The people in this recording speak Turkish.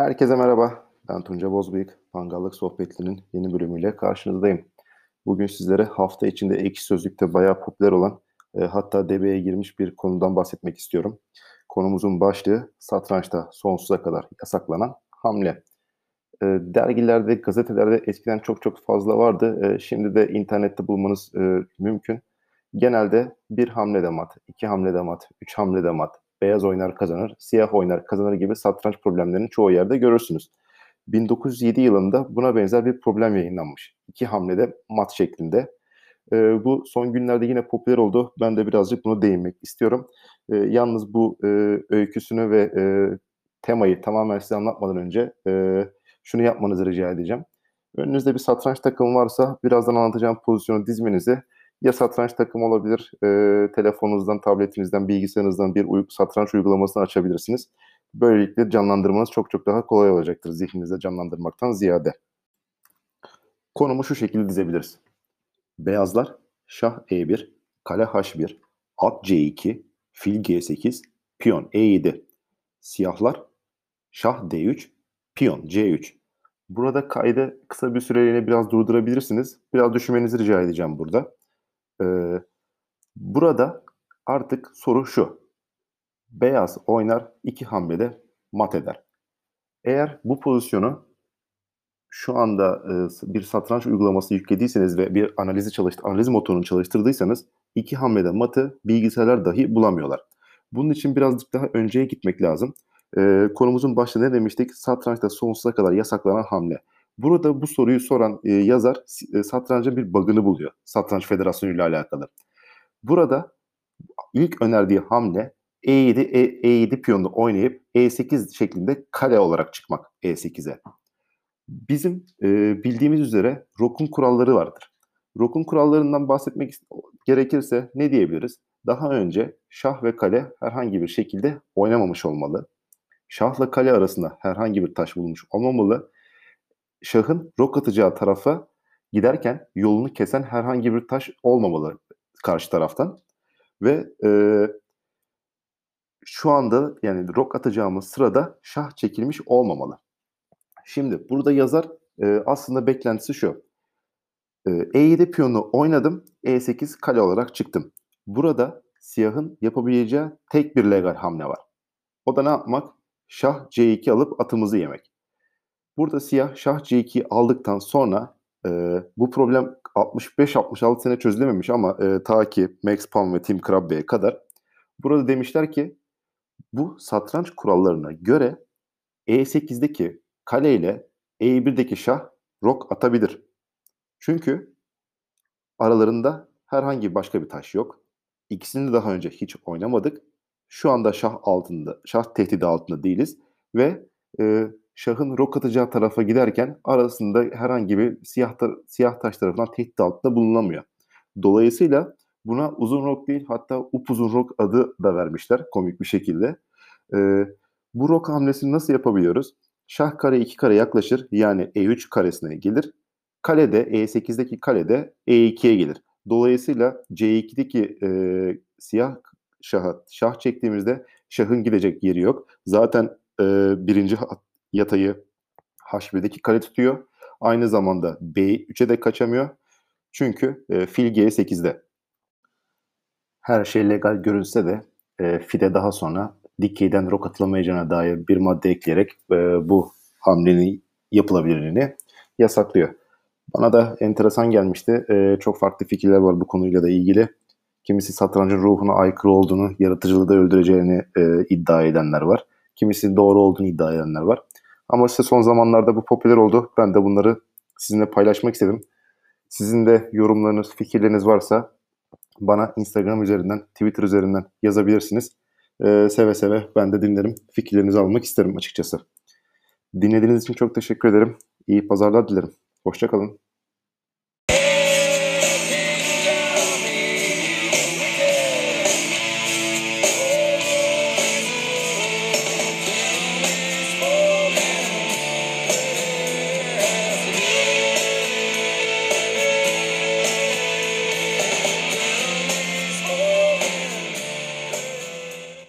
Herkese merhaba. Ben Tunca Bozbıyık. Pangallık Sohbetlerinin yeni bölümüyle karşınızdayım. Bugün sizlere hafta içinde Ekşi Sözlük'te bayağı popüler olan, hatta devreye girmiş bir konudan bahsetmek istiyorum. Konumuzun başlığı satrançta sonsuza kadar yasaklanan hamle. Dergilerde, gazetelerde eskiden çok çok fazla vardı. Şimdi de internette bulmanız mümkün. Genelde bir hamlede mat, iki hamlede mat, üç hamlede mat, beyaz oynar kazanır, siyah oynar kazanır gibi satranç problemlerini çoğu yerde görürsünüz. 1907 yılında buna benzer bir problem yayınlanmış. İki hamlede mat şeklinde. Bu son günlerde yine popüler oldu. Ben de birazcık buna değinmek istiyorum. Yalnız bu öyküsünü ve temayı tamamen size anlatmadan önce şunu yapmanızı rica edeceğim. Önünüzde bir satranç takımı varsa birazdan anlatacağım pozisyonu dizmenizi ya satranç takımı olabilir, telefonunuzdan, tabletinizden, bilgisayarınızdan bir satranç uygulamasını açabilirsiniz. Böylelikle canlandırmanız çok çok daha kolay olacaktır zihninizde canlandırmaktan ziyade. Konumu şu şekilde dizebiliriz. Beyazlar şah E1, kale H1, at C2, fil G8, piyon E7. Siyahlar şah D3, piyon C3. Burada kaydı kısa bir süreliğine biraz durdurabilirsiniz. Biraz düşünmenizi rica edeceğim burada. Burada artık soru şu. Beyaz oynar, iki hamlede mat eder. Eğer bu pozisyonu şu anda bir satranç uygulaması yüklediyseniz ve bir analiz motorunu çalıştırdıysanız iki hamlede matı bilgisayarlar dahi bulamıyorlar. Bunun için birazcık daha önceye gitmek lazım. Konumuzun başında ne demiştik? Satrançta sonsuza kadar yasaklanan hamle. Burada bu soruyu soran yazar satrancın bir bug'ını buluyor. Satranç Federasyonu ile alakalı. Burada ilk önerdiği hamle E7 piyonunu oynayıp E8 şeklinde kale olarak çıkmak E8'e. Bizim bildiğimiz üzere Rock'un kuralları vardır. Rock'un kurallarından bahsetmek gerekirse ne diyebiliriz? Daha önce şah ve kale herhangi bir şekilde oynamamış olmalı. Şahla kale arasında herhangi bir taş bulunmuş olmamalı. Şahın rok atacağı tarafa giderken yolunu kesen herhangi bir taş olmamalı karşı taraftan. Ve şu anda yani rok atacağımız sırada şah çekilmiş olmamalı. Şimdi burada yazar aslında beklentisi şu. E7 piyonunu oynadım. E8 kale olarak çıktım. Burada siyahın yapabileceği tek bir legal hamle var. O da ne yapmak? Şah C2 alıp atımızı yemek. Burada siyah şah C2'yi aldıktan sonra bu problem 65-66 sene çözülememiş ama ta ki Max Pawn ve Tim Krabbe'ye kadar burada demişler ki bu satranç kurallarına göre E8'deki kale ile E1'deki şah rok atabilir. Çünkü aralarında herhangi başka bir taş yok. İkisini de daha önce hiç oynamadık. Şu anda şah tehdidi altında değiliz ve şahın rok atacağı tarafa giderken arasında herhangi bir siyah taş tarafından tehdit altında bulunamıyor. Dolayısıyla buna uzun rok değil hatta upuzun rok adı da vermişler komik bir şekilde. E, Bu rok hamlesini nasıl yapabiliyoruz? Şah kare 2 kare yaklaşır yani E3 karesine gelir. Kalede E8'deki kalede E2'ye gelir. Dolayısıyla C2'deki siyah şah çektiğimizde şahın gidecek yeri yok. Zaten birinci yatayı H1'deki kale tutuyor. Aynı zamanda B3'e de kaçamıyor. Çünkü fil G8'de. Her şey legal görünse de FIDE daha sonra dikeyden rok atılamayacağına dair bir madde ekleyerek bu hamlenin yapılabilirliğini yasaklıyor. Bana da enteresan gelmişti. Çok farklı fikirler var bu konuyla da ilgili. Kimisi satrancın ruhuna aykırı olduğunu, yaratıcılığı da öldüreceğini iddia edenler var. Kimisi doğru olduğunu iddia edenler var. Ama işte son zamanlarda bu popüler oldu. Ben de bunları sizinle paylaşmak istedim. Sizin de yorumlarınız, fikirleriniz varsa bana Instagram üzerinden, Twitter üzerinden yazabilirsiniz. Seve seve ben de dinlerim. Fikirlerinizi almak isterim açıkçası. Dinlediğiniz için çok teşekkür ederim. İyi pazarlar dilerim. Hoşça kalın.